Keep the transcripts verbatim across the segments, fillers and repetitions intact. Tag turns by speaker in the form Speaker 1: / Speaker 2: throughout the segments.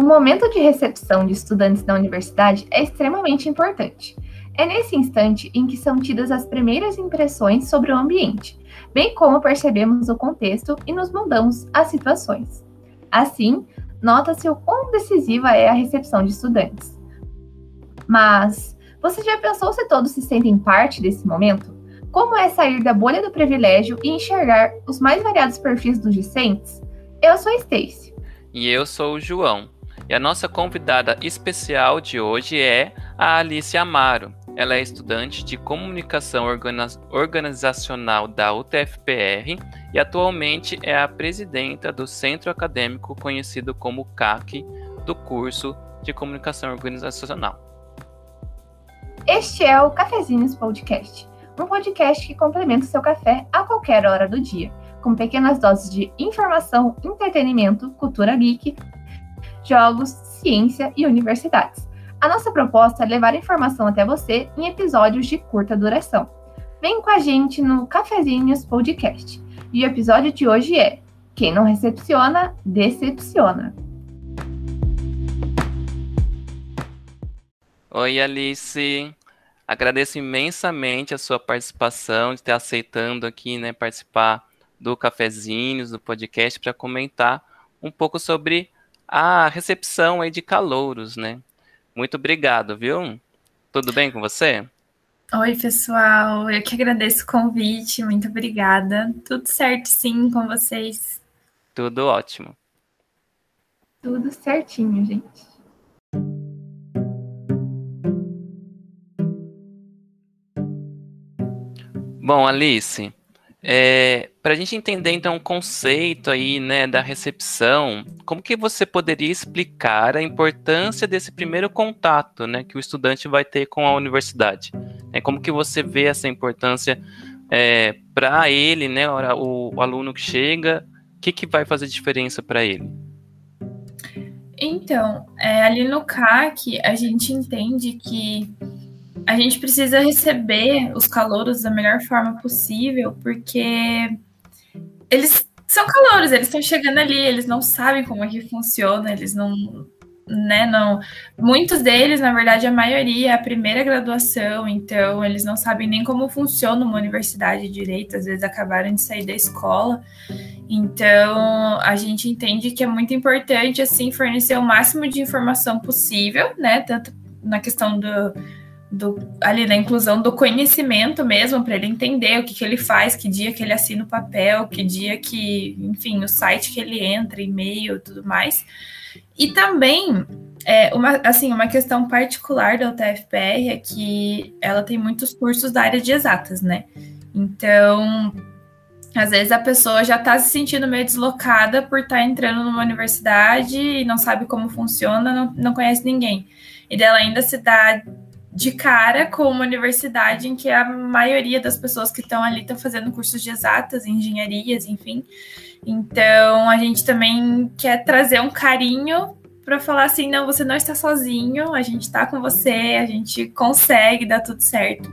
Speaker 1: momento de recepção de estudantes da universidade é extremamente importante. É nesse instante em que são tidas as primeiras impressões sobre o ambiente, bem como percebemos o contexto e nos moldamos às situações. Assim, nota-se o quão decisiva é a recepção de estudantes. Mas, você já pensou se todos se sentem parte desse momento? Como é sair da bolha do privilégio e enxergar os mais variados perfis dos discentes? Eu sou a Stacy.
Speaker 2: E eu sou o João. E a nossa convidada especial de hoje é a Alice Amaro. Ela é estudante de Comunicação Organizacional da U T F P R e atualmente é a presidenta do Centro Acadêmico conhecido como C A C, do curso de Comunicação Organizacional.
Speaker 1: Este é o Cafezinhos Podcast, um podcast que complementa o seu café a qualquer hora do dia, com pequenas doses de informação, entretenimento, cultura geek, jogos, ciência e universidades. A nossa proposta é levar informação até você em episódios de curta duração. Vem com a gente no Cafezinhos Podcast. E o episódio de hoje é Quem não recepciona, decepciona.
Speaker 2: Oi, Alice. Agradeço imensamente a sua participação, de ter aceitando aqui, né, participar do Cafezinhos, do podcast, para comentar um pouco sobre a recepção aí de calouros, né? Muito obrigado, viu? Tudo bem com você?
Speaker 3: Oi, pessoal. Eu que agradeço o convite. Muito obrigada. Tudo certo, sim, com vocês?
Speaker 2: Tudo ótimo.
Speaker 1: Tudo certinho, gente.
Speaker 2: Bom, Alice, é, para a gente entender então o conceito aí, né, da recepção, como que você poderia explicar a importância desse primeiro contato, né, que o estudante vai ter com a universidade? É, como que você vê essa importância é, para ele, né, o, o aluno que chega, o que, que vai fazer diferença para ele?
Speaker 3: Então, é, ali no C A C, a gente entende que a gente precisa receber os calouros da melhor forma possível, porque eles são calouros, eles estão chegando ali, eles não sabem como é que funciona, eles não, né, não... Muitos deles, na verdade, a maioria é a primeira graduação, então eles não sabem nem como funciona uma universidade direito, às vezes acabaram de sair da escola. Então, a gente entende que é muito importante, assim, fornecer o máximo de informação possível, né, tanto na questão do... Do, ali na inclusão do conhecimento mesmo, para ele entender o que, que ele faz, que dia que ele assina o papel, que dia que, enfim, o site que ele entra, e-mail, tudo mais. E também, é, uma, assim, uma questão particular da U T F P R é que ela tem muitos cursos da área de exatas, né? Então, às vezes a pessoa já está se sentindo meio deslocada por estar tá entrando numa universidade e não sabe como funciona, não, não conhece ninguém. E dela ainda se dá de cara com uma universidade em que a maioria das pessoas que estão ali estão fazendo cursos de exatas, engenharias, enfim. Então, a gente também quer trazer um carinho para falar assim, não, você não está sozinho, a gente está com você, a gente consegue dar tudo certo.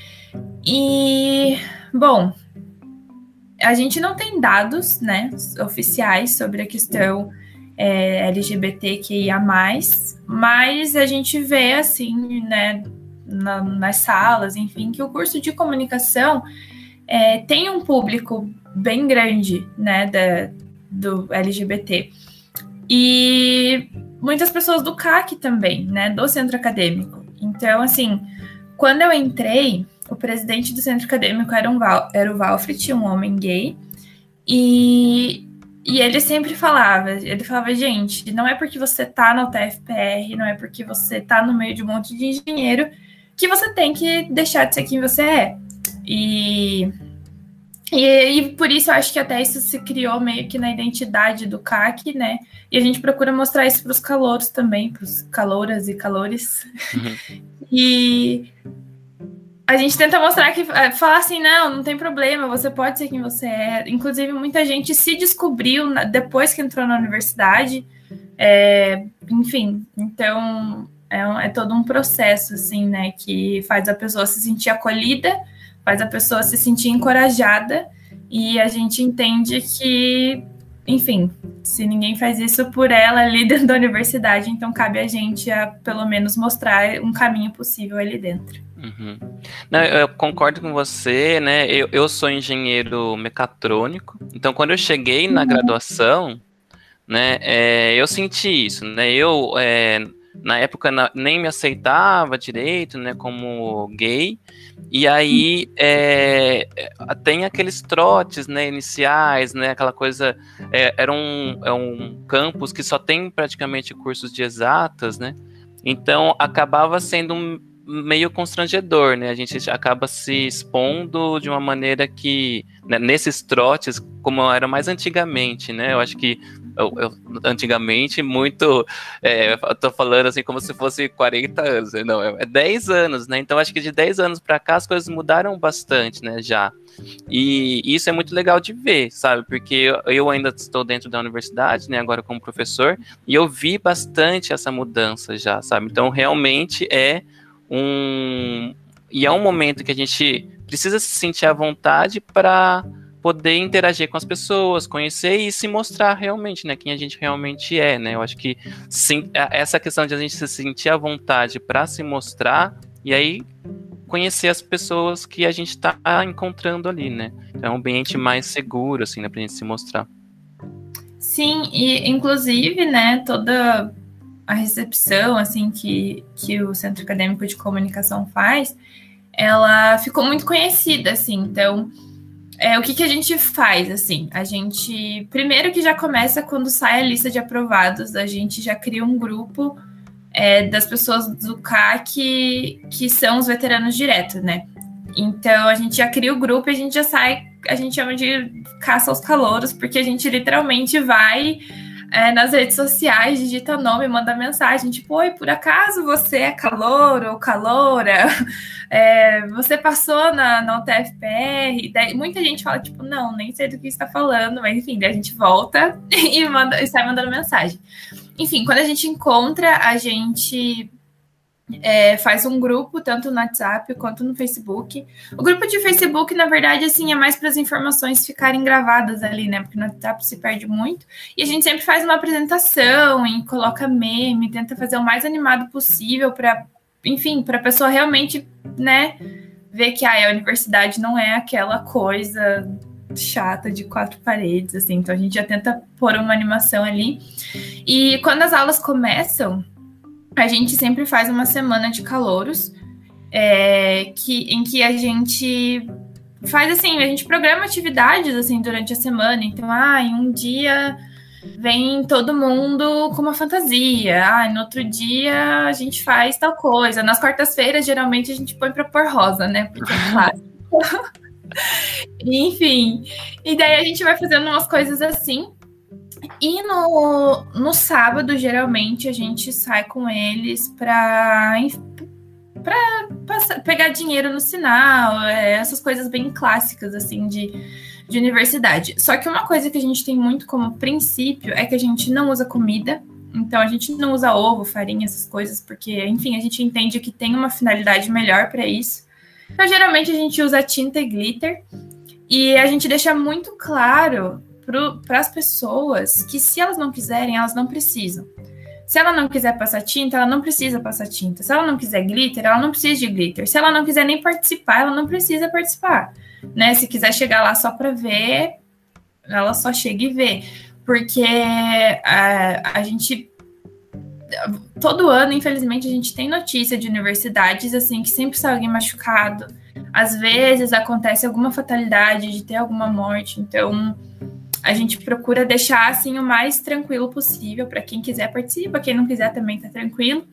Speaker 3: E, bom, a gente não tem dados, né, oficiais sobre a questão É, L G B T Q I A mais, mas a gente vê assim, né, na, nas salas, enfim, que o curso de comunicação é, tem um público bem grande, né, da, do L G B T. E muitas pessoas do C A C também, né, do centro acadêmico. Então, assim, quando eu entrei, o presidente do centro acadêmico era, um, era o Valfrit, um homem gay, e E ele sempre falava, ele falava, gente, não é porque você tá na U T F P R, não é porque você tá no meio de um monte de engenheiro que você tem que deixar de ser quem você é. E, e, e por isso eu acho que até isso se criou meio que na identidade do C A C, né? E a gente procura mostrar isso para os calouros também, para os calouras e calores. Uhum. E a gente tenta mostrar que, falar assim, não, não tem problema, você pode ser quem você é. Inclusive, muita gente se descobriu depois que entrou na universidade. É, enfim, então é, um, é todo um processo, assim, né, que faz a pessoa se sentir acolhida, faz a pessoa se sentir encorajada, e a gente entende que, enfim, Se ninguém faz isso por ela ali dentro da universidade, então cabe a gente a, pelo menos, mostrar um caminho possível ali dentro.
Speaker 2: Uhum. Não, eu concordo com você, né? Eu, eu sou engenheiro mecatrônico, então quando eu cheguei na uhum. graduação, né, é, eu senti isso, né? Eu, é, na época, na, nem me aceitava direito, né, como gay, e aí é, tem aqueles trotes, né, iniciais, né, aquela coisa, é, era um, é um campus que só tem praticamente cursos de exatas, né? Então acabava sendo um meio constrangedor, né? A gente acaba se expondo de uma maneira que, né, nesses trotes, como era mais antigamente, né? Eu acho que eu, eu, antigamente, muito, é, eu tô falando assim como se fosse quarenta anos, não, é dez anos, né? Então acho que de dez anos para cá as coisas mudaram bastante, né, já. E isso é muito legal de ver, sabe? Porque eu, eu ainda estou dentro da universidade, né, agora como professor, e eu vi bastante essa mudança já, sabe? Então realmente é um... E é um momento que a gente precisa se sentir à vontade para poder interagir com as pessoas, conhecer e se mostrar realmente, né, quem a gente realmente é, né? Eu acho que sim, essa questão de a gente se sentir à vontade para se mostrar e aí conhecer as pessoas que a gente está encontrando ali, né? Então é um ambiente mais seguro, assim, né, pra gente se mostrar.
Speaker 3: Sim, e inclusive, né, toda a recepção, assim, que, que o Centro Acadêmico de Comunicação faz, ela ficou muito conhecida, assim, então... É, o que, que a gente faz, assim? A gente, primeiro que já começa quando sai a lista de aprovados, a gente já cria um grupo é, das pessoas do C A que, que são os veteranos direto, né? Então, a gente já cria o grupo e a gente já sai, a gente chama de caça aos calouros, porque a gente literalmente vai é, nas redes sociais, digita nome, manda mensagem, tipo, oi, por acaso você é calouro ou caloura? É, você passou na, na U T F P R? Daí, muita gente fala, tipo, não, nem sei do que está falando, mas enfim, daí a gente volta e, manda, e sai mandando mensagem. Enfim, quando a gente encontra, a gente é, faz um grupo, tanto no WhatsApp quanto no Facebook. O grupo de Facebook, na verdade, assim, é mais para as informações ficarem gravadas ali, né? Porque no WhatsApp se perde muito. E a gente sempre faz uma apresentação e coloca meme, tenta fazer o mais animado possível para, enfim, para a pessoa realmente, né, ver que ah, a universidade não é aquela coisa chata de quatro paredes, assim. Então a gente já tenta pôr uma animação ali. E quando as aulas começam, a gente sempre faz uma semana de calouros, é, que, em que a gente faz assim, a gente programa atividades assim durante a semana. Então, ah, em um dia vem todo mundo com uma fantasia, ah, no outro dia a gente faz tal coisa. Nas quartas-feiras, geralmente, a gente põe pra pôr rosa, né? Porque é clássico. Enfim, e daí a gente vai fazendo umas coisas assim. E no, no sábado, geralmente, a gente sai com eles para para pegar dinheiro no sinal, é, essas coisas bem clássicas, assim, de, de universidade. Só que uma coisa que a gente tem muito como princípio é que a gente não usa comida, então a gente não usa ovo, farinha, essas coisas, porque, enfim, a gente entende que tem uma finalidade melhor para isso. Então, geralmente, a gente usa tinta e glitter, e a gente deixa muito claro para as pessoas que se elas não quiserem, elas não precisam. Se ela não quiser passar tinta, ela não precisa passar tinta. Se ela não quiser glitter, ela não precisa de glitter. Se ela não quiser nem participar, ela não precisa participar, né? Se quiser chegar lá só para ver, ela só chega e vê. Porque a, a gente... Todo ano, infelizmente, a gente tem notícia de universidades assim que sempre sai alguém machucado. Às vezes acontece alguma fatalidade de ter alguma morte. Então... a gente procura deixar assim o mais tranquilo possível para quem quiser participa, quem não quiser também tá tranquilo.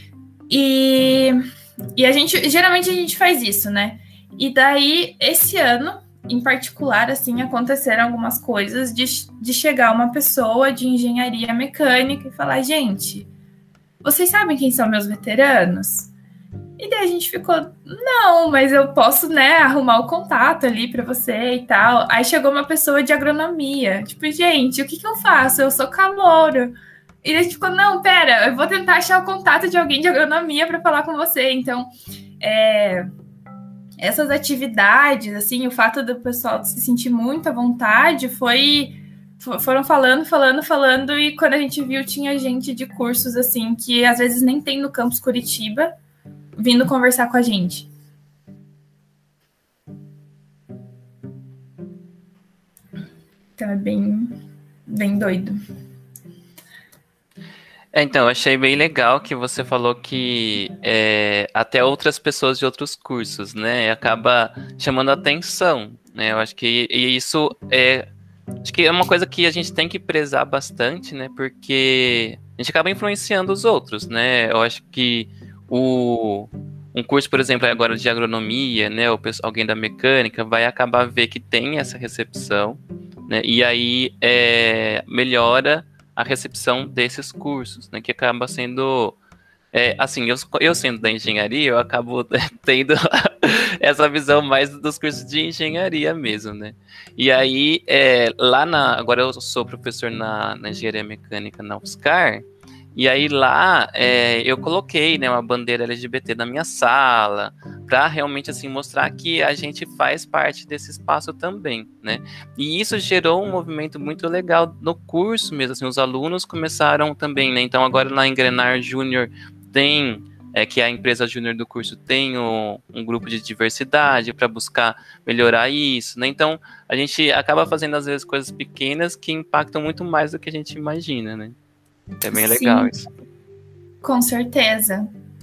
Speaker 3: E, e a gente geralmente a gente faz isso, né? E daí esse ano, em particular, assim, aconteceram algumas coisas de, de chegar uma pessoa de engenharia mecânica e falar, gente, vocês sabem quem são meus veteranos? E daí a gente ficou, não, mas eu posso, né, arrumar o contato ali para você e tal. Aí chegou uma pessoa de agronomia. Tipo, gente, o que que eu faço? Eu sou calouro. E a gente ficou, não, pera, eu vou tentar achar o contato de alguém de agronomia para falar com você. Então, é, essas atividades, assim, o fato do pessoal se sentir muito à vontade foi, foram falando, falando, falando, e quando a gente viu, tinha gente de cursos, assim, que às vezes nem tem no campus Curitiba, vindo conversar com a gente. Então é bem, bem doido.
Speaker 2: É, então, eu achei bem legal que você falou que é, até outras pessoas de outros cursos, né, acaba chamando a atenção, né, eu acho que e isso é, acho que é uma coisa que a gente tem que prezar bastante, né, porque a gente acaba influenciando os outros, né, eu acho que o, um curso, por exemplo, agora de agronomia, né, ou alguém da mecânica vai acabar ver que tem essa recepção, né, e aí é, melhora a recepção desses cursos, né, que acaba sendo, é, assim, eu, eu sendo da engenharia, eu acabo tendo essa visão mais dos cursos de engenharia mesmo, né, e aí, é, lá na, agora eu sou professor na, na engenharia mecânica na U F S C ar, e aí lá é, eu coloquei, né, uma bandeira L G B T na minha sala, para realmente assim mostrar que a gente faz parte desse espaço também, né? E isso gerou um movimento muito legal no curso mesmo, assim, os alunos começaram também, né? Então agora na Engrenar Júnior tem, é, que é a empresa júnior do curso, tem um, um grupo de diversidade para buscar melhorar isso, né? Então a gente acaba fazendo às vezes coisas pequenas que impactam muito mais do que a gente imagina, né? É bem legal. Sim, isso.
Speaker 3: Com certeza.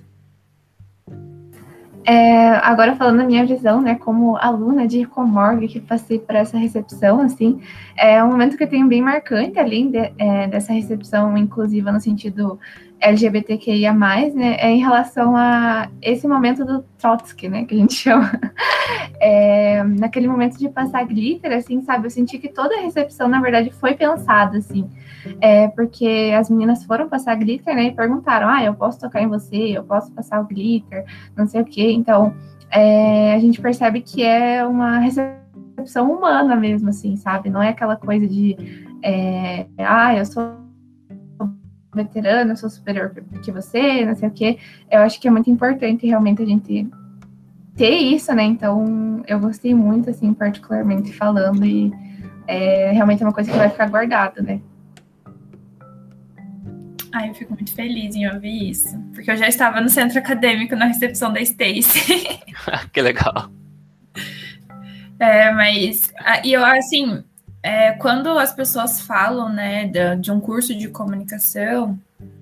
Speaker 1: É, agora falando da minha visão, né, como aluna de Comorg, que passei por essa recepção, assim, é um momento que eu tenho bem marcante, além de, é, dessa recepção inclusiva no sentido L G B T Q I A mais, né, é em relação a esse momento do Trotsky, né, que a gente chama. É, naquele momento de passar glitter, assim, sabe, eu senti que toda a recepção, na verdade, foi pensada, assim, é, porque as meninas foram passar glitter, né, e perguntaram, ah, eu posso tocar em você, eu posso passar o glitter, não sei o quê, então, é, a gente percebe que é uma recepção humana mesmo, assim, sabe, não é aquela coisa de, é, ah, eu sou veterana, eu sou superior que você, não sei o quê, eu acho que é muito importante realmente a gente ter isso, né? Então, eu gostei muito, assim, particularmente falando, e é, realmente é uma coisa que vai ficar guardada, né?
Speaker 3: Ai, eu fico muito feliz em ouvir isso, porque eu já estava no centro acadêmico na recepção da Stacy.
Speaker 2: Que legal.
Speaker 3: É, mas, e eu, assim, é, quando as pessoas falam, né, de, de um curso de comunicação,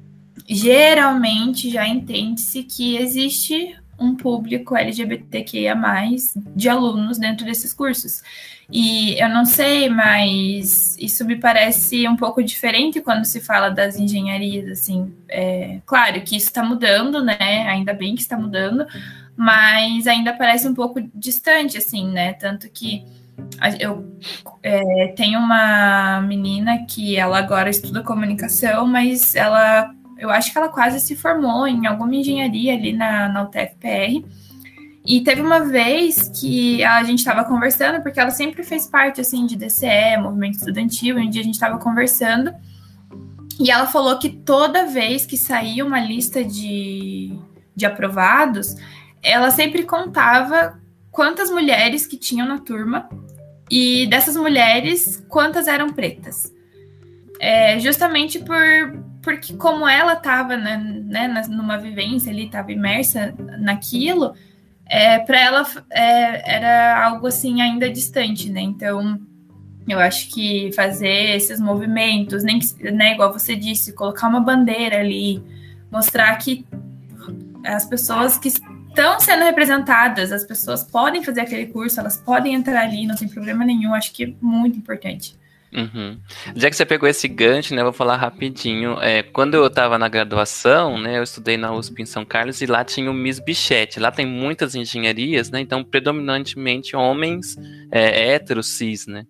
Speaker 3: geralmente já entende-se que existe um público L G B T Q I A mais, de alunos dentro desses cursos. E eu não sei, mas isso me parece um pouco diferente quando se fala das engenharias, assim. É, claro que isso está mudando, né? Ainda bem que está mudando, mas ainda parece um pouco distante, assim, né? Tanto que eu é, tenho uma menina que ela agora estuda comunicação, mas ela... eu acho que ela quase se formou em alguma engenharia ali na, na U T F P R. E teve uma vez que a gente estava conversando, porque ela sempre fez parte, assim, de D C E, movimento estudantil, e um dia a gente estava conversando, e ela falou que toda vez que saía uma lista de, de aprovados, ela sempre contava quantas mulheres que tinham na turma, e dessas mulheres, quantas eram pretas. É, justamente por... porque como ela estava, né, né, numa vivência ali, estava imersa naquilo, é, para ela é, era algo assim ainda distante, né? Então, eu acho que fazer esses movimentos, nem que, né, igual você disse, colocar uma bandeira ali, mostrar que as pessoas que estão sendo representadas, as pessoas podem fazer aquele curso, elas podem entrar ali, não tem problema nenhum, acho que é muito importante.
Speaker 2: Uhum. Já que você pegou esse gancho, né, eu vou falar rapidinho. É, quando eu estava na graduação, né, eu estudei na U S P em São Carlos e lá tinha o Miss Bichette. Lá tem muitas engenharias, né, então predominantemente homens é, héteros, cis, né.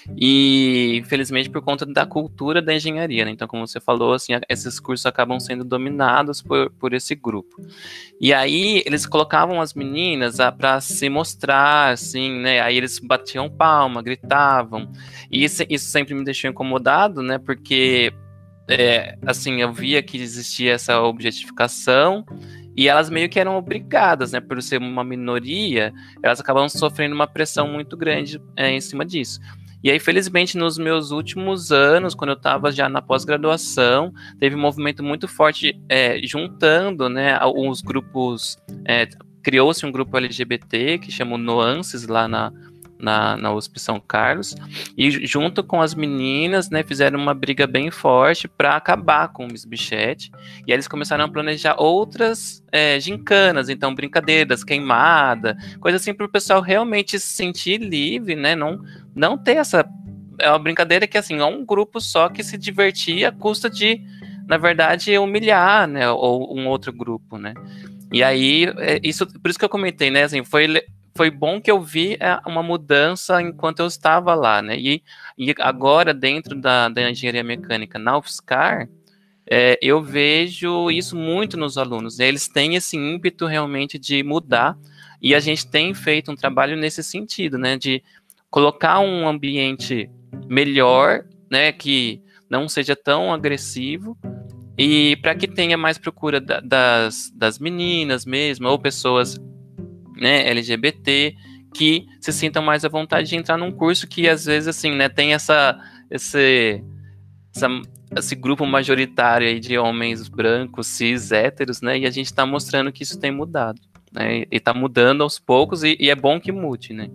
Speaker 2: E infelizmente por conta da cultura da engenharia, né? Então, como você falou, assim, esses cursos acabam sendo dominados por, por esse grupo. E aí eles colocavam as meninas para se mostrar, assim, né? Aí eles batiam palma, gritavam. E isso, isso sempre me deixou incomodado, né? Porque é, assim, eu via que existia essa objetificação. E elas meio que eram obrigadas, né? Por ser uma minoria, elas acabavam sofrendo uma pressão muito grande é, em cima disso. E aí, felizmente, nos meus últimos anos, quando eu estava já na pós-graduação, teve um movimento muito forte é, juntando, né, os grupos, é, criou-se um grupo L G B T que chamou Nuances lá na, na, na U S P São Carlos, e junto com as meninas, né, fizeram uma briga bem forte para acabar com o Miss Bichette, e aí eles começaram a planejar outras é, gincanas, então brincadeiras, queimada, coisa assim para o pessoal realmente se sentir livre, né, não, não ter essa... É uma brincadeira que, assim, é um grupo só que se divertia à custa de, na verdade, humilhar, né, ou um outro grupo, né. E aí, isso, por isso que eu comentei, né, assim, foi... Foi bom que eu vi uma mudança enquanto eu estava lá, né? E, e agora, dentro da, da engenharia mecânica na UFSCar, é, eu vejo isso muito nos alunos, né? Eles têm esse ímpeto realmente de mudar, e a gente tem feito um trabalho nesse sentido, né? De colocar um ambiente melhor, né? Que não seja tão agressivo, e para que tenha mais procura da, das, das meninas mesmo, ou pessoas... né, L G B T, que se sintam mais à vontade de entrar num curso que, às vezes, assim, né, tem essa, esse, essa, esse grupo majoritário aí de homens brancos, cis, héteros, né, e a gente está mostrando que isso tem mudado, né, e está mudando aos poucos, e, e é bom que mude, né.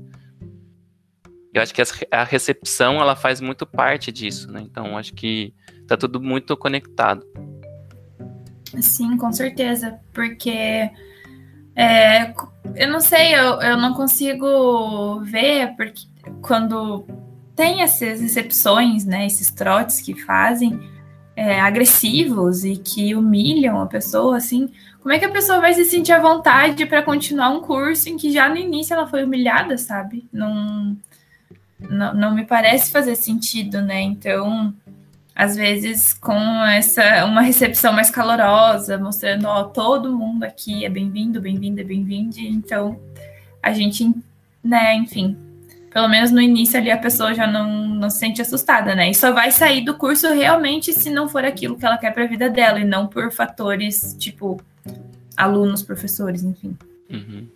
Speaker 2: Eu acho que a recepção, ela faz muito parte disso, né, então acho que está tudo muito conectado.
Speaker 3: Sim, com certeza, porque... É, eu não sei, eu, eu não consigo ver, porque quando tem essas recepções, né, esses trotes que fazem é, agressivos e que humilham a pessoa, assim, como é que a pessoa vai se sentir à vontade para continuar um curso em que já no início ela foi humilhada, sabe? Não, não, não me parece fazer sentido, né? Então... às vezes com essa, uma recepção mais calorosa, mostrando, ó, todo mundo aqui é bem-vindo, bem-vinda, bem-vinde, então a gente, né, enfim, pelo menos no início ali a pessoa já não, não se sente assustada, né, e só vai sair do curso realmente se não for aquilo que ela quer para a vida dela, e não por fatores, tipo, alunos, professores, enfim.
Speaker 2: Uhum.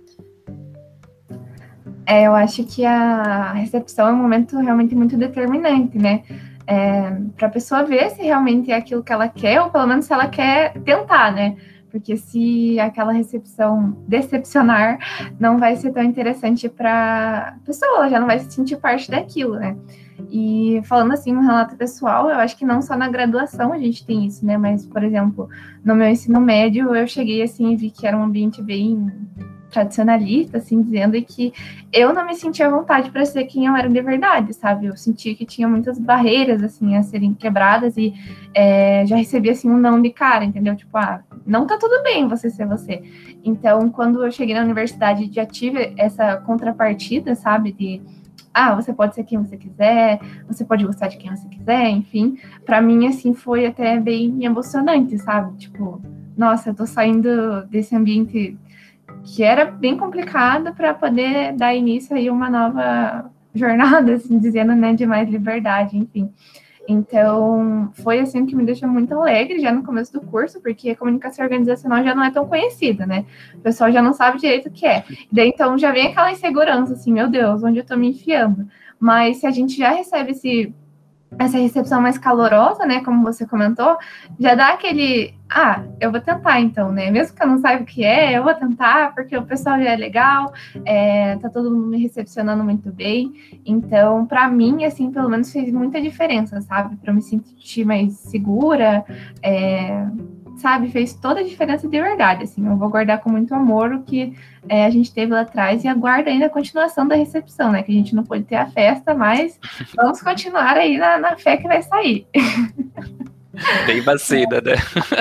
Speaker 1: É, eu acho que a recepção é um momento realmente muito determinante, né, É, para a pessoa ver se realmente é aquilo que ela quer, ou pelo menos se ela quer tentar, né? Porque se aquela recepção decepcionar, não vai ser tão interessante para a pessoa, ela já não vai se sentir parte daquilo, né? E falando assim, um relato pessoal, eu acho que não só na graduação a gente tem isso, né? Mas, por exemplo, no meu ensino médio, eu cheguei assim e vi que era um ambiente bem tradicionalista, assim, dizendo que eu não me sentia à vontade para ser quem eu era de verdade, sabe? Eu sentia que tinha muitas barreiras, assim, a serem quebradas, e é, já recebi, assim, um não de cara, entendeu? Tipo, ah, não tá tudo bem você ser você. Então, quando eu cheguei na universidade, já tive essa contrapartida, sabe? De, ah, você pode ser quem você quiser, você pode gostar de quem você quiser, enfim. Para mim, assim, foi até bem emocionante, sabe? Tipo, nossa, eu tô saindo desse ambiente que era bem complicado para poder dar início aí a uma nova jornada, assim, dizendo, né, de mais liberdade, enfim. Então, foi assim que me deixou muito alegre já no começo do curso, porque a comunicação organizacional já não é tão conhecida, né? O pessoal já não sabe direito o que é. Daí, então, já vem aquela insegurança, assim, meu Deus, onde eu tô me enfiando? Mas se a gente já recebe esse... essa recepção mais calorosa, né, como você comentou, já dá aquele, ah, eu vou tentar então, né, mesmo que eu não saiba o que é, eu vou tentar, porque o pessoal já é legal, é, tá todo mundo me recepcionando muito bem, então, para mim, assim, pelo menos fez muita diferença, sabe, para eu me sentir mais segura, é, sabe, fez toda a diferença de verdade, assim, eu vou guardar com muito amor o que é, a gente teve lá atrás e aguardo ainda a continuação da recepção, né, que a gente não pôde ter a festa, mas vamos continuar aí na, na fé que vai sair.
Speaker 2: Bem vacina, né?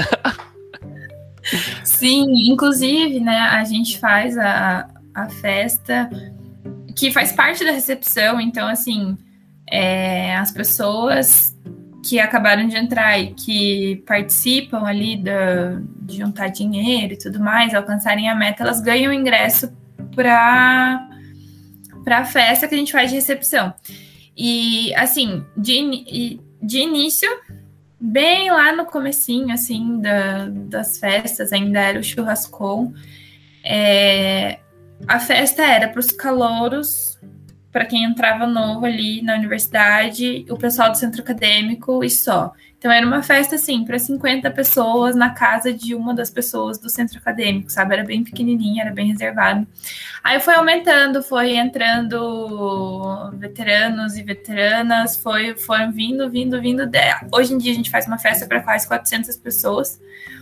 Speaker 3: Sim, inclusive, né, a gente faz a, a festa que faz parte da recepção, então, assim, é, as pessoas que acabaram de entrar e que participam ali da, de juntar dinheiro e tudo mais, alcançarem a meta, elas ganham ingresso para para a festa que a gente faz de recepção. E, assim, de, de início, bem lá no comecinho, assim, da, das festas, ainda era o churrascão. É, a festa era para os calouros para quem entrava novo ali na universidade, o pessoal do centro acadêmico e só. Então era uma festa assim para cinquenta pessoas na casa de uma das pessoas do centro acadêmico, sabe? Era bem pequenininha, era bem reservado. Aí foi aumentando, foi entrando veteranos e veteranas, foi foram vindo, vindo, vindo. Hoje em dia a gente faz uma festa para quase quatrocentas pessoas.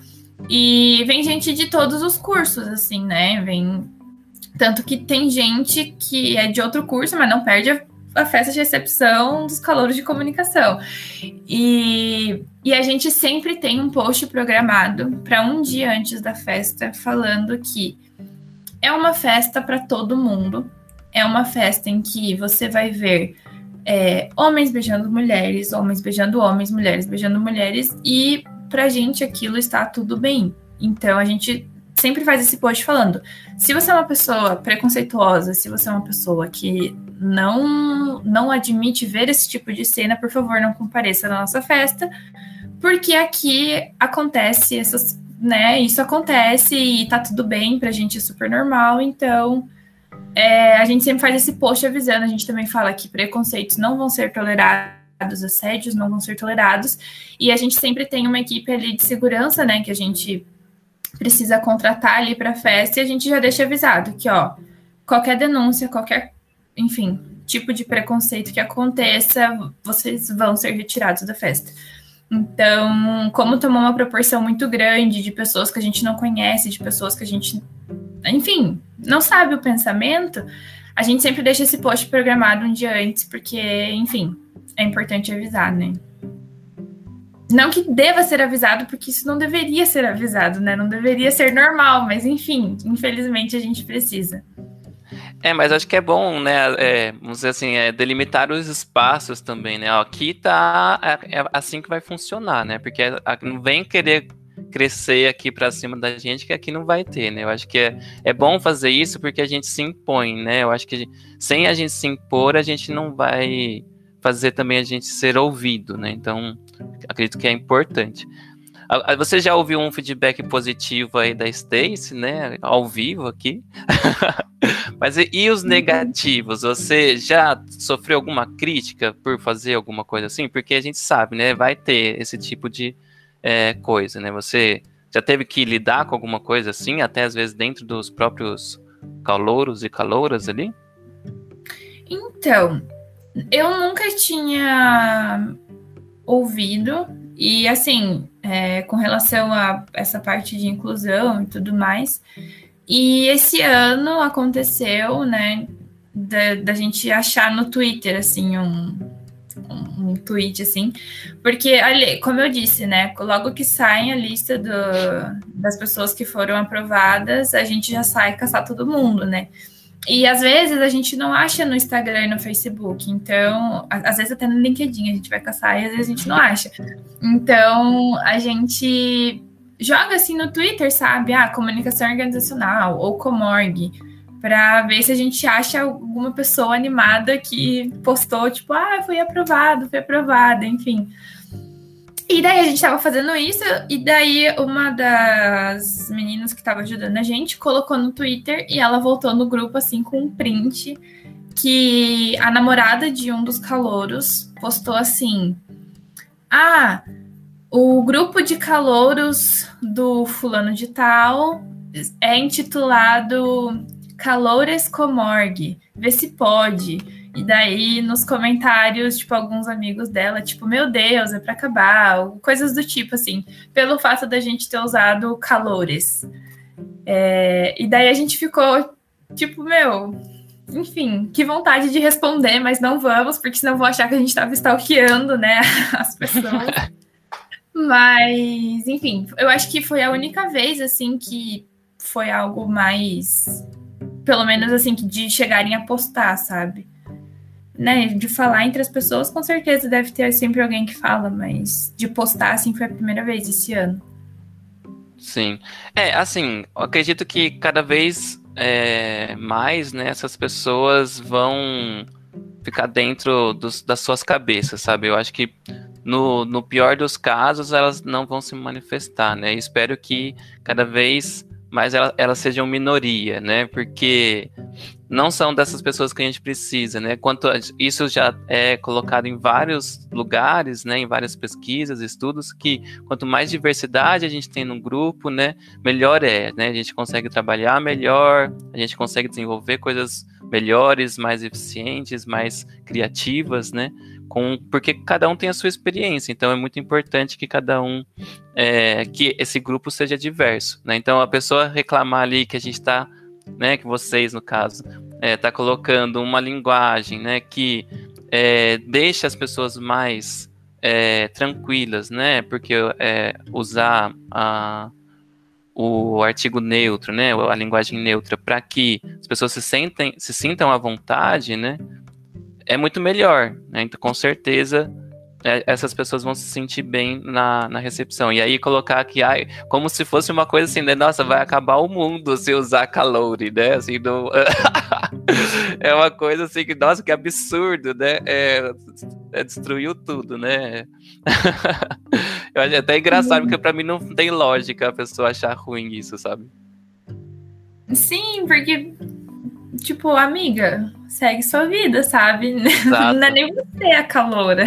Speaker 3: E vem gente de todos os cursos, assim, né? Vem tanto que tem gente que é de outro curso, mas não perde a, a festa de recepção dos calouros de comunicação. E, e a gente sempre tem um post programado para um dia antes da festa, falando que é uma festa para todo mundo. É uma festa em que você vai ver é, homens beijando mulheres, homens beijando homens, mulheres beijando mulheres, e pra gente aquilo está tudo bem. Então a gente sempre faz esse post falando, se você é uma pessoa preconceituosa, se você é uma pessoa que não, não admite ver esse tipo de cena, por favor, não compareça na nossa festa, porque aqui acontece essas, né, isso acontece e tá tudo bem, pra gente é super normal, então é, a gente sempre faz esse post avisando, a gente também fala que preconceitos não vão ser tolerados, assédios não vão ser tolerados, e a gente sempre tem uma equipe ali de segurança, né, que a gente precisa contratar ali para a festa, e a gente já deixa avisado que, ó, qualquer denúncia, qualquer, enfim, tipo de preconceito que aconteça, vocês vão ser retirados da festa. Então, como tomou uma proporção muito grande de pessoas que a gente não conhece, de pessoas que a gente, enfim, não sabe o pensamento, a gente sempre deixa esse post programado um dia antes, porque, enfim, é importante avisar, né? Não que deva ser avisado, porque isso não deveria ser avisado, né? Não deveria ser normal, mas enfim, infelizmente a gente precisa.
Speaker 2: É, mas acho que é bom, né, é, vamos dizer assim, é, delimitar os espaços também, né? Ó, aqui tá, é, é assim que vai funcionar, né? Porque a, não vem querer crescer aqui para cima da gente, que aqui não vai ter, né? Eu acho que é, é bom fazer isso porque a gente se impõe, né? Eu acho que a gente, sem a gente se impor, a gente não vai fazer também a gente ser ouvido, né? Então, acredito que é importante. Você já ouviu um feedback positivo aí da Stacy, né? Ao vivo aqui. Mas e, e os negativos? Você já sofreu alguma crítica por fazer alguma coisa assim? Porque a gente sabe, né? Vai ter esse tipo de é, coisa, né? Você já teve que lidar com alguma coisa assim, até às vezes dentro dos próprios calouros e calouras ali?
Speaker 3: Então, eu nunca tinha ouvido, e assim, é, com relação a essa parte de inclusão e tudo mais, e esse ano aconteceu, né, da, da gente achar no Twitter, assim, um, um, um tweet, assim, porque, ali, como eu disse, né, logo que sai a lista do, das pessoas que foram aprovadas, a gente já sai caçar todo mundo, né. E às vezes a gente não acha no Instagram e no Facebook, então, às vezes até no LinkedIn a gente vai caçar e às vezes a gente não acha. Então, a gente joga assim no Twitter, sabe? Ah, comunicação organizacional ou Comorg, para ver se a gente acha alguma pessoa animada que postou, tipo, ah, fui aprovado, fui aprovada, enfim. E daí a gente tava fazendo isso, e daí uma das meninas que tava ajudando a gente colocou no Twitter e ela voltou no grupo assim com um print que a namorada de um dos calouros postou assim: ah, o grupo de calouros do fulano de tal é intitulado Caloures Comorg, vê se pode. E daí, nos comentários, tipo, alguns amigos dela, tipo, meu Deus, é pra acabar, coisas do tipo, assim, pelo fato da gente ter usado calores. É, e daí a gente ficou, tipo, meu, enfim, que vontade de responder, mas não vamos, porque senão vão achar que a gente tava stalkeando, né, as pessoas. Mas, enfim, eu acho que foi a única vez, assim, que foi algo mais, pelo menos, assim, de chegarem a postar, sabe? Né, de falar entre as pessoas, com certeza deve ter sempre alguém que fala, mas de postar, assim, foi a primeira vez esse ano.
Speaker 2: Sim. É, assim, eu acredito que cada vez é, mais, né, essas pessoas vão ficar dentro dos, das suas cabeças, sabe? Eu acho que no, no pior dos casos, elas não vão se manifestar, né? Eu espero que cada vez mais elas, elas sejam minoria, né? Porque não são dessas pessoas que a gente precisa, né? Quanto isso já é colocado em vários lugares, né? Em várias pesquisas, estudos, que quanto mais diversidade a gente tem no grupo, né? Melhor é, né? A gente consegue trabalhar melhor, a gente consegue desenvolver coisas melhores, mais eficientes, mais criativas, né? Com, porque cada um tem a sua experiência, então é muito importante que cada um, é, que esse grupo seja diverso, né? Então a pessoa reclamar ali que a gente está, né, que vocês, no caso, é, tá colocando uma linguagem, né, que é, deixa as pessoas mais é, tranquilas, né, porque é, usar a, o artigo neutro, né, a linguagem neutra, para que as pessoas se, sentem, se sintam à vontade, né, é muito melhor, né, então com certeza essas pessoas vão se sentir bem na, na recepção. E aí colocar aqui, ai, como se fosse uma coisa assim, né? Nossa, vai acabar o mundo se usar Calouri, né? Assim, do... é uma coisa assim que, nossa, que absurdo, né? É, é, destruiu tudo, né? Eu acho até engraçado, porque pra mim não tem lógica a pessoa achar ruim isso, sabe?
Speaker 3: Sim, porque, tipo, amiga, segue sua vida, sabe? Exato. Não é nem você a caloura.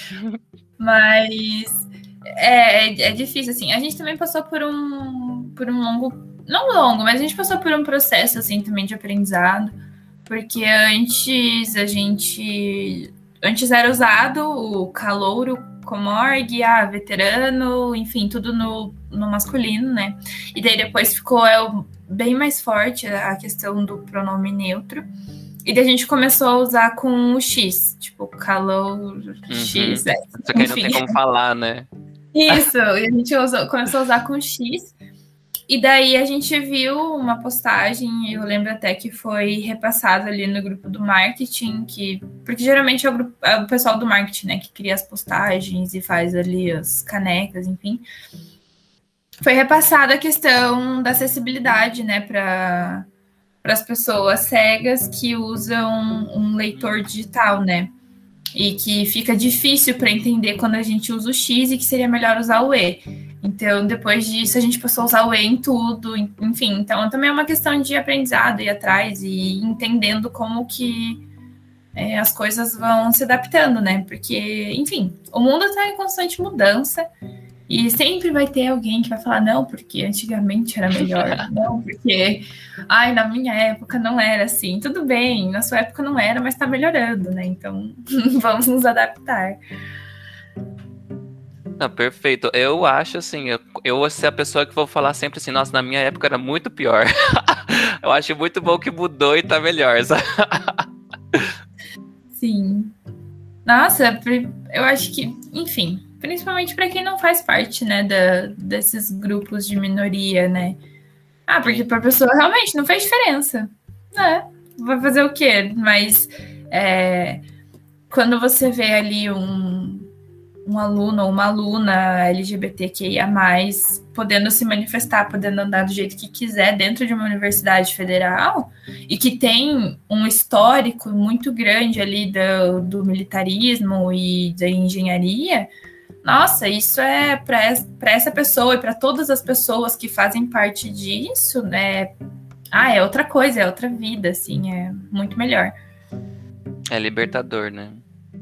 Speaker 3: Mas é, é, é difícil, assim. A gente também passou por um, por um longo... Não longo, mas a gente passou por um processo, assim, também de aprendizado. Porque antes a gente... Antes era usado o calouro como org, ah, veterano, enfim, tudo no, no masculino, né? E daí depois ficou é, bem mais forte a questão do pronome neutro. E daí a gente começou a usar com o X, tipo, calor, uhum. X, é.
Speaker 2: Só que aí não tem como falar, né?
Speaker 3: Isso, e a gente usou, começou a usar com o X. E daí a gente viu uma postagem, eu lembro até que foi repassado ali no grupo do marketing, que, porque geralmente é o, grupo, é o pessoal do marketing, né, que cria as postagens e faz ali as canecas, enfim. Foi repassada a questão da acessibilidade, né, para... para as pessoas cegas que usam um leitor digital, né? E que fica difícil para entender quando a gente usa o X e que seria melhor usar o E. Então, depois disso, a gente passou a usar o E em tudo, enfim. Então, também é uma questão de aprendizado, ir atrás e entendendo como que é, as coisas vão se adaptando, né? Porque, enfim, o mundo está em constante mudança. E sempre vai ter alguém que vai falar, não, porque antigamente era melhor. Não, porque, ai, na minha época não era assim. Tudo bem, na sua época não era, mas tá melhorando, né? Então, vamos nos adaptar.
Speaker 2: Não, perfeito. Eu acho, assim, eu, eu vou ser a pessoa que vou falar sempre assim, nossa, na minha época era muito pior. Eu acho muito bom que mudou e tá melhor, sabe?
Speaker 3: Sim. Nossa, eu acho que, enfim... Principalmente para quem não faz parte, né, da, desses grupos de minoria, né? Ah, porque para a pessoa realmente não faz diferença, né? Vai fazer o quê? Mas é, quando você vê ali um, um aluno ou uma aluna L G B T Q I A mais, podendo se manifestar, podendo andar do jeito que quiser dentro de uma universidade federal e que tem um histórico muito grande ali do, do militarismo e da engenharia... Nossa, isso é para essa pessoa e para todas as pessoas que fazem parte disso, né? Ah, é outra coisa, é outra vida, assim, é muito melhor.
Speaker 2: É libertador, né?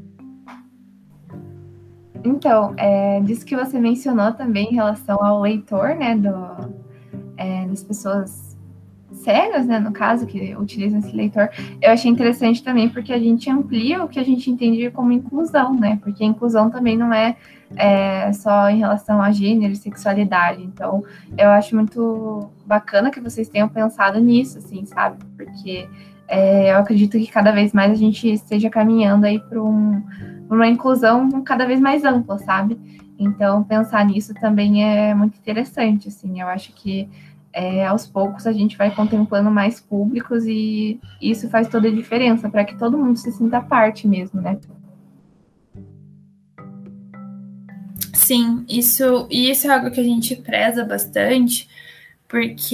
Speaker 1: Então, é, disso que você mencionou também em relação ao leitor, né, do, é, das pessoas cegas, né, no caso, que utilizam esse leitor, eu achei interessante também porque a gente amplia o que a gente entende como inclusão, né, porque a inclusão também não é É, só em relação a gênero e sexualidade. Então, eu acho muito bacana que vocês tenham pensado nisso, assim, sabe? Porque é, eu acredito que cada vez mais a gente esteja caminhando aí para um, uma inclusão cada vez mais ampla, sabe? Então, pensar nisso também é muito interessante, assim. Eu acho que é, aos poucos a gente vai contemplando mais públicos e isso faz toda a diferença para que todo mundo se sinta parte mesmo, né?
Speaker 3: Sim, isso, e isso é algo que a gente preza bastante, porque,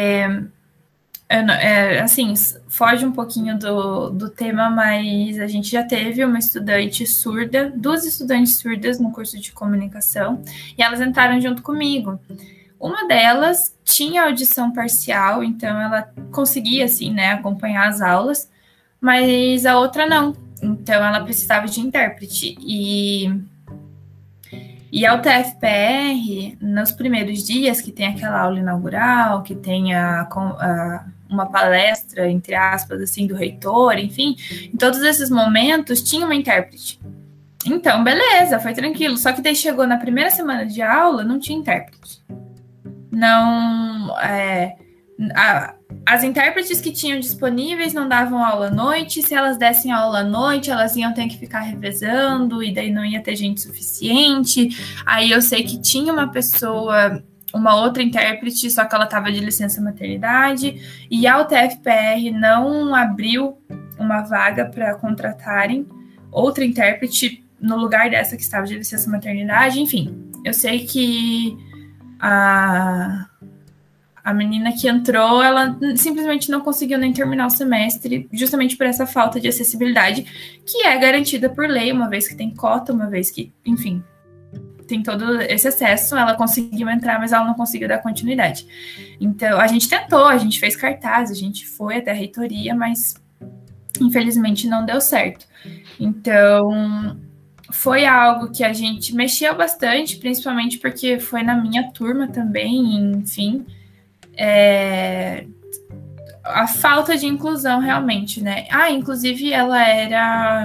Speaker 3: é, assim, foge um pouquinho do, do tema, mas a gente já teve uma estudante surda, duas estudantes surdas no curso de comunicação, e elas entraram junto comigo. Uma delas tinha audição parcial, então ela conseguia, assim, né, acompanhar as aulas, mas a outra não. Então ela precisava de intérprete. E, e a U T F P R, nos primeiros dias, que tem aquela aula inaugural, que tem a, a, uma palestra, entre aspas, assim, do reitor, enfim, em todos esses momentos tinha uma intérprete. Então, beleza, foi tranquilo. Só que daí chegou na primeira semana de aula, não tinha intérprete. Não, é, a, as intérpretes que tinham disponíveis não davam aula à noite. Se elas dessem aula à noite, elas iam ter que ficar revezando e daí não ia ter gente suficiente. Aí eu sei que tinha uma pessoa, uma outra intérprete, só que ela estava de licença maternidade e a U T F P R não abriu uma vaga para contratarem outra intérprete no lugar dessa que estava de licença maternidade. Enfim, eu sei que A, a menina que entrou, ela simplesmente não conseguiu nem terminar o semestre, justamente por essa falta de acessibilidade, que é garantida por lei, uma vez que tem cota, uma vez que, enfim, tem todo esse acesso. Ela conseguiu entrar, mas ela não conseguiu dar continuidade. Então, a gente tentou, a gente fez cartaz, a gente foi até a reitoria, mas infelizmente não deu certo. Então, foi algo que a gente mexeu bastante, principalmente porque foi na minha turma também, enfim. É... A falta de inclusão, realmente, né? Ah, inclusive, ela era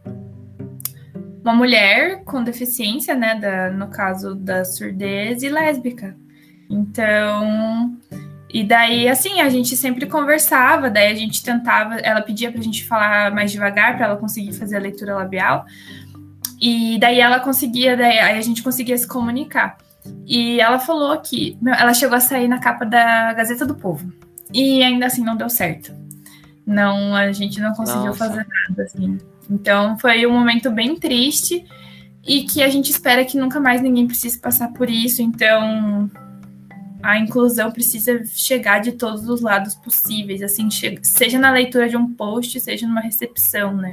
Speaker 3: uma mulher com deficiência, né? Da, no caso da surdez, e lésbica. Então... E daí, assim, a gente sempre conversava, daí a gente tentava... Ela pedia pra gente falar mais devagar, pra ela conseguir fazer a leitura labial. E daí ela conseguia, daí a gente conseguia se comunicar. E ela falou que ela chegou a sair na capa da Gazeta do Povo. E ainda assim não deu certo. Não, a gente não conseguiu Nossa. fazer nada, assim. Então foi um momento bem triste e que a gente espera que nunca mais ninguém precise passar por isso. Então a inclusão precisa chegar de todos os lados possíveis, assim, seja na leitura de um post, seja numa recepção, né?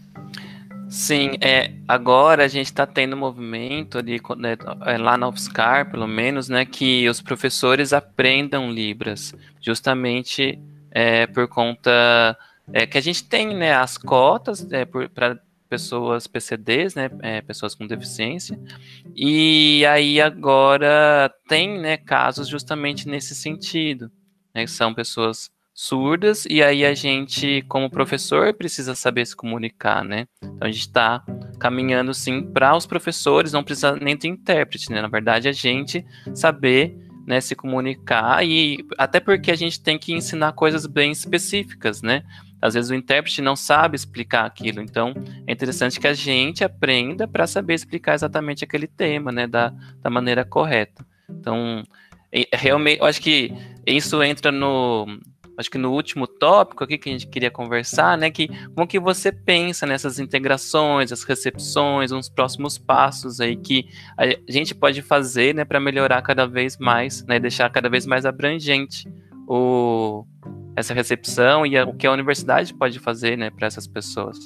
Speaker 2: Sim, é, agora a gente está tendo um movimento ali, né, lá na UFSCar, pelo menos, né, que os professores aprendam Libras, justamente é, por conta é, que a gente tem, né, as cotas é, para pessoas P C Ds, né, é, pessoas com deficiência, e aí agora tem, né, casos justamente nesse sentido, né, que são pessoas surdas, e aí a gente, como professor, precisa saber se comunicar, né? Então a gente está caminhando, sim, para os professores, não precisa nem ter intérprete, né? Na verdade, a gente saber, né, se comunicar, e até porque a gente tem que ensinar coisas bem específicas, né? Às vezes o intérprete não sabe explicar aquilo, então é interessante que a gente aprenda para saber explicar exatamente aquele tema, né, da, da maneira correta. Então, realmente, eu acho que isso entra no... Acho que no último tópico aqui que a gente queria conversar, né, que como que você pensa nessas integrações, as recepções, uns próximos passos aí que a gente pode fazer, né, para melhorar cada vez mais, né, deixar cada vez mais abrangente o, essa recepção e a, o que a universidade pode fazer, né, para essas pessoas.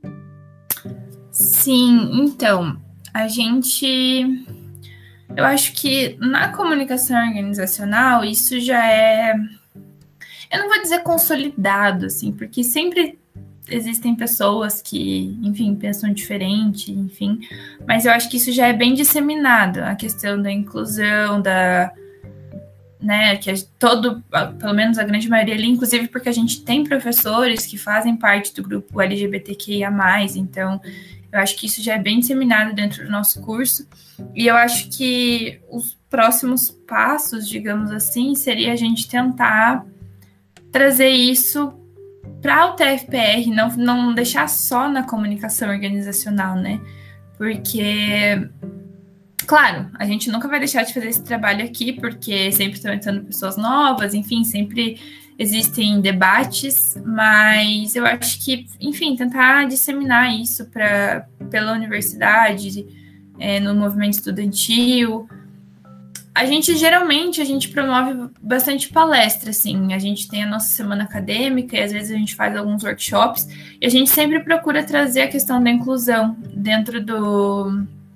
Speaker 3: Sim, então, a gente... Eu acho que na comunicação organizacional isso já é... Eu não vou dizer consolidado, assim, porque sempre existem pessoas que, enfim, pensam diferente, enfim, mas eu acho que isso já é bem disseminado, a questão da inclusão, da, né, que todo, pelo menos a grande maioria ali, inclusive porque a gente tem professores que fazem parte do grupo L G B T Q I A mais, então eu acho que isso já é bem disseminado dentro do nosso curso, e eu acho que os próximos passos, digamos assim, seria a gente tentar trazer isso para a U T F P R, não, não deixar só na comunicação organizacional, né? Porque, claro, a gente nunca vai deixar de fazer esse trabalho aqui, porque sempre estão entrando pessoas novas, enfim, sempre existem debates, mas eu acho que, enfim, tentar disseminar isso pra, pela universidade, é, no movimento estudantil. A gente, geralmente, a gente promove bastante palestra, assim, a gente tem a nossa semana acadêmica e às vezes a gente faz alguns workshops e a gente sempre procura trazer a questão da inclusão dentro do,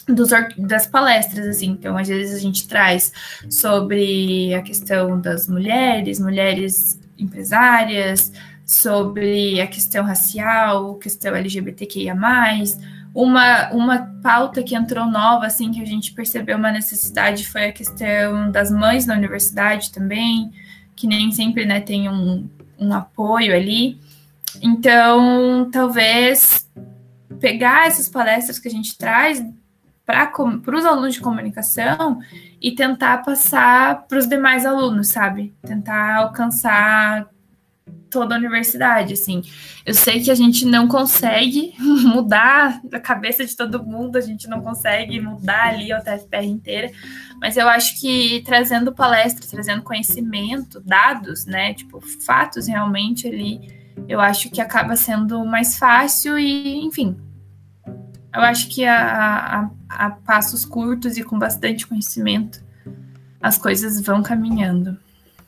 Speaker 3: dos, das palestras, assim. Então, às vezes a gente traz sobre a questão das mulheres, mulheres empresárias, sobre a questão racial, questão L G B T Q I A mais. Uma, uma pauta que entrou nova, assim, que a gente percebeu uma necessidade foi a questão das mães na universidade também, que nem sempre, né, tem um, um apoio ali. Então, talvez pegar essas palestras que a gente traz para os alunos de comunicação e tentar passar para os demais alunos, sabe? Tentar alcançar toda a universidade, assim. Eu sei que a gente não consegue mudar a cabeça de todo mundo, a gente não consegue mudar ali a U T F P R inteira, mas eu acho que trazendo palestras, trazendo conhecimento, dados, né, tipo, fatos realmente ali, eu acho que acaba sendo mais fácil e, enfim, eu acho que a, a, a passos curtos e com bastante conhecimento, as coisas vão caminhando.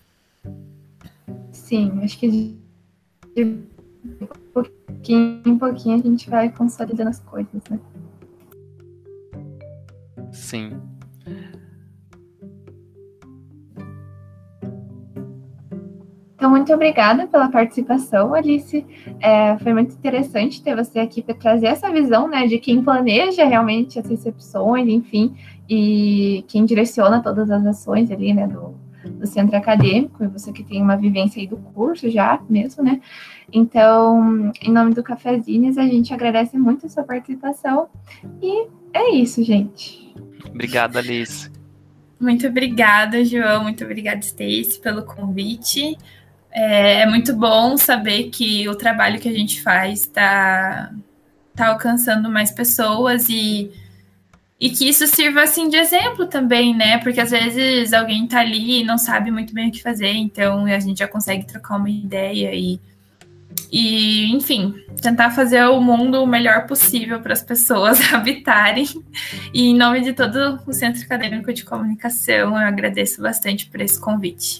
Speaker 1: Sim, acho que de pouquinho em pouquinho a gente vai consolidando as coisas, né?
Speaker 2: Sim.
Speaker 1: Então, muito obrigada pela participação, Alice. É, foi muito interessante ter você aqui para trazer essa visão, né, de quem planeja realmente as recepções, enfim, e quem direciona todas as ações ali, né, do, do centro acadêmico, e você que tem uma vivência aí do curso já mesmo, né? Então, em nome do Cafezinhos, a gente agradece muito a sua participação e é isso, gente.
Speaker 2: Obrigado, Alice.
Speaker 3: Muito obrigada, João. Muito obrigada, Stacy, pelo convite. É, é muito bom saber que o trabalho que a gente faz está tá alcançando mais pessoas e, e que isso sirva assim de exemplo também, né? Porque às vezes alguém está ali e não sabe muito bem o que fazer, então a gente já consegue trocar uma ideia e, e enfim, tentar fazer o mundo o melhor possível para as pessoas habitarem. E em nome de todo o Centro Acadêmico de Comunicação, eu agradeço bastante por esse convite.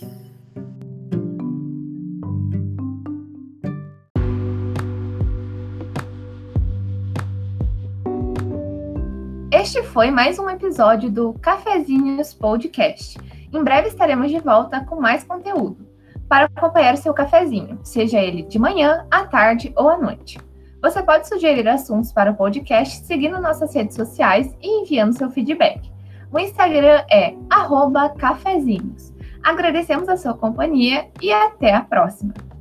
Speaker 1: Este foi mais um episódio do Cafezinhos Podcast. Em breve estaremos de volta com mais conteúdo para acompanhar o seu cafezinho, seja ele de manhã, à tarde ou à noite. Você pode sugerir assuntos para o podcast seguindo nossas redes sociais e enviando seu feedback. O Instagram é arroba cafezinhos. Agradecemos a sua companhia e até a próxima!